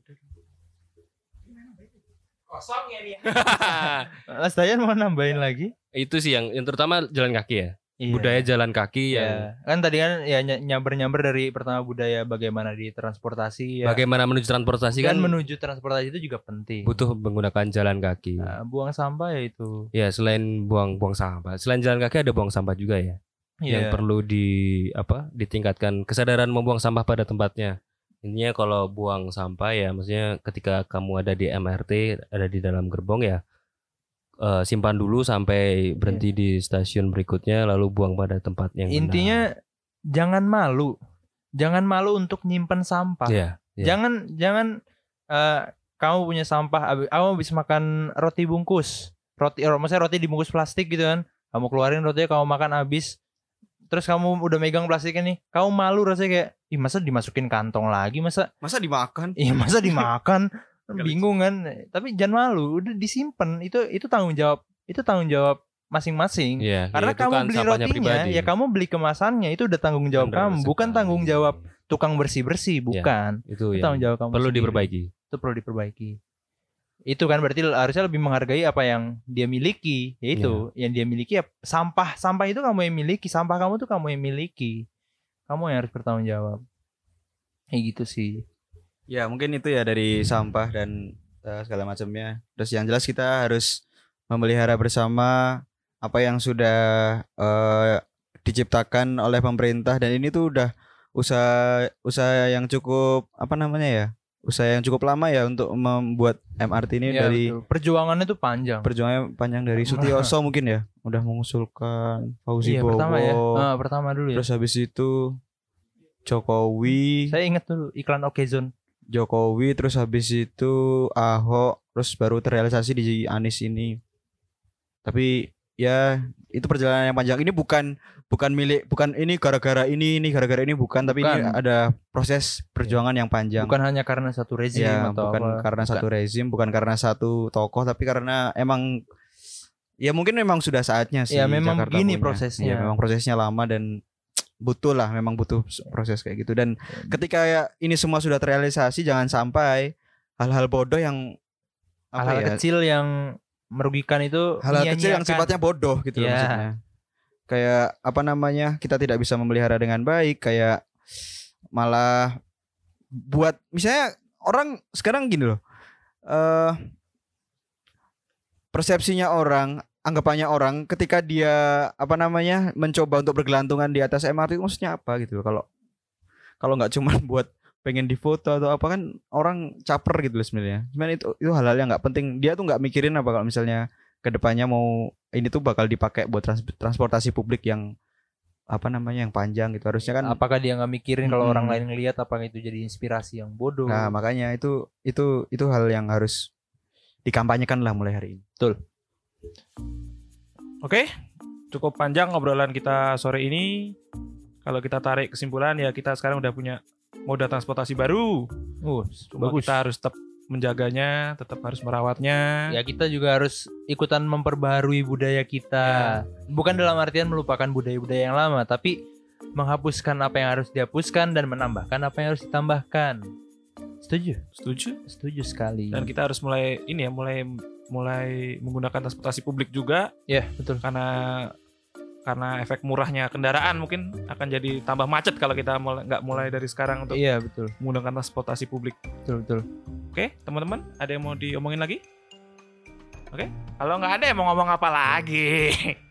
Mas Dayan mau nambahin lagi? Itu sih yang yang terutama jalan kaki ya. Iya. Budaya jalan kaki yang Ya, kan tadi kan ya ny- nyamber-nyamber dari pertama budaya bagaimana di transportasi ya. bagaimana menuju transportasi Dan kan menuju transportasi itu juga penting. butuh menggunakan jalan kaki. Nah, buang sampah ya itu. Ya selain buang buang sampah, selain jalan kaki ada buang sampah juga ya. Yang Iya. perlu di apa? Ditingkatkan kesadaran membuang sampah pada tempatnya. Intinya kalau buang sampah ya, maksudnya ketika kamu ada di M R T, ada di dalam gerbong ya, eh, simpan dulu sampai berhenti di stasiun berikutnya, lalu buang pada tempat yang benar. Intinya jangan malu. Jangan malu untuk nyimpen sampah. Iya, iya. Jangan jangan eh, kamu punya sampah, abi- kamu habis makan roti bungkus. Roti eh, maksudnya roti dibungkus plastik gitu kan. Kamu keluarin rotinya, kamu makan habis. Terus kamu udah megang plastiknya nih. Kamu malu rasanya kayak, ih masa dimasukin kantong lagi, masa Masa dimakan? iya masa dimakan. Bingung kan. Tapi jangan malu, udah disimpan. Itu itu tanggung jawab. Itu tanggung jawab masing-masing. Iya, Karena ya, itu kamu kan beli sampahnya rotinya, pribadi. ya kamu beli kemasannya, itu udah tanggung jawab Bener kamu, bukan sekali. tanggung jawab tukang bersih-bersih, bukan. itu Itu yang tanggung jawab kamu perlu sendiri. diperbaiki. Itu perlu diperbaiki. Itu kan berarti harusnya lebih menghargai apa yang dia miliki, yaitu yang dia miliki ya sampah. Sampah itu kamu yang miliki, sampah kamu tuh kamu yang miliki. Kamu yang harus bertanggung jawab. Kayak gitu sih. Ya mungkin itu ya dari sampah dan eh, segala macamnya. Terus yang jelas kita harus memelihara bersama apa yang sudah eh, diciptakan oleh pemerintah, dan ini tuh udah usaha usaha yang cukup apa namanya ya? Usaha yang cukup lama ya untuk membuat M R T ini Ya, dari betul. Perjuangannya tuh panjang. perjuangan panjang dari Sutioso mungkin ya, udah mengusulkan Fauzi Iya, Bowo. pertama ya. Ah, pertama dulu ya. Terus habis itu Jokowi, Saya ingat dulu iklan Okezone. Jokowi, terus habis itu Ahok, terus baru terrealisasi di Anies ini. Tapi ya itu perjalanan yang panjang. Ini bukan bukan milik, bukan ini gara-gara ini, ini gara-gara ini bukan, tapi ini Bukan. ada proses perjuangan yang panjang. Bukan hanya karena satu rezim ya, atau bukan apa. karena Bukan. satu rezim, bukan karena satu tokoh, tapi karena emang ya mungkin memang sudah saatnya sih. Ya, memang Jakarta begini punya. prosesnya. Ya, memang prosesnya lama dan butuh lah, memang butuh proses kayak gitu. Dan ketika ya ini semua sudah terrealisasi, jangan sampai hal-hal bodoh yang apa hal-hal ya, kecil yang merugikan itu hal-hal kecil yang menyia-nyiakan. sifatnya bodoh gitu loh Ya. maksudnya. Kayak apa namanya, kita tidak bisa memelihara dengan baik, kayak malah buat misalnya orang sekarang gini loh, eh persepsinya orang, anggapannya orang ketika dia apa namanya mencoba untuk bergelantungan di atas M R T itu maksudnya apa gitu loh. Kalau kalau nggak cuma buat pengen difoto atau apa, kan orang caper gitu loh sebenarnya. Cuman itu itu hal-hal yang nggak penting. Dia tuh nggak mikirin apa kalau misalnya kedepannya mau ini tuh bakal dipakai buat trans- transportasi publik yang apa namanya yang panjang gitu. Harusnya kan Apakah dia nggak mikirin kalau Mm-mm. orang lain ngelihat, apakah itu jadi inspirasi yang bodoh? nah makanya itu itu itu hal yang harus dikampanyekan lah mulai hari ini. Oke, cukup panjang obrolan kita sore ini. Kalau kita tarik kesimpulan ya kita sekarang udah punya moda transportasi baru. Uh, Cuma bagus. kita harus tetap menjaganya, tetap harus merawatnya. Ya kita juga harus ikutan memperbaharui budaya kita. Bukan dalam artian melupakan budaya-budaya yang lama, tapi menghapuskan apa yang harus dihapuskan dan menambahkan apa yang harus ditambahkan. Setuju? Setuju? Setuju sekali. Dan kita harus mulai ini ya, mulai mulai menggunakan transportasi publik juga Ya, betul. karena karena efek murahnya kendaraan mungkin akan jadi tambah macet kalau kita mulai nggak mulai dari sekarang untuk Iya, betul. menggunakan transportasi publik. Betul, betul. Oke, teman-teman, ada yang mau diomongin lagi? Oke, kalau nggak ada yang mau ngomong apa lagi?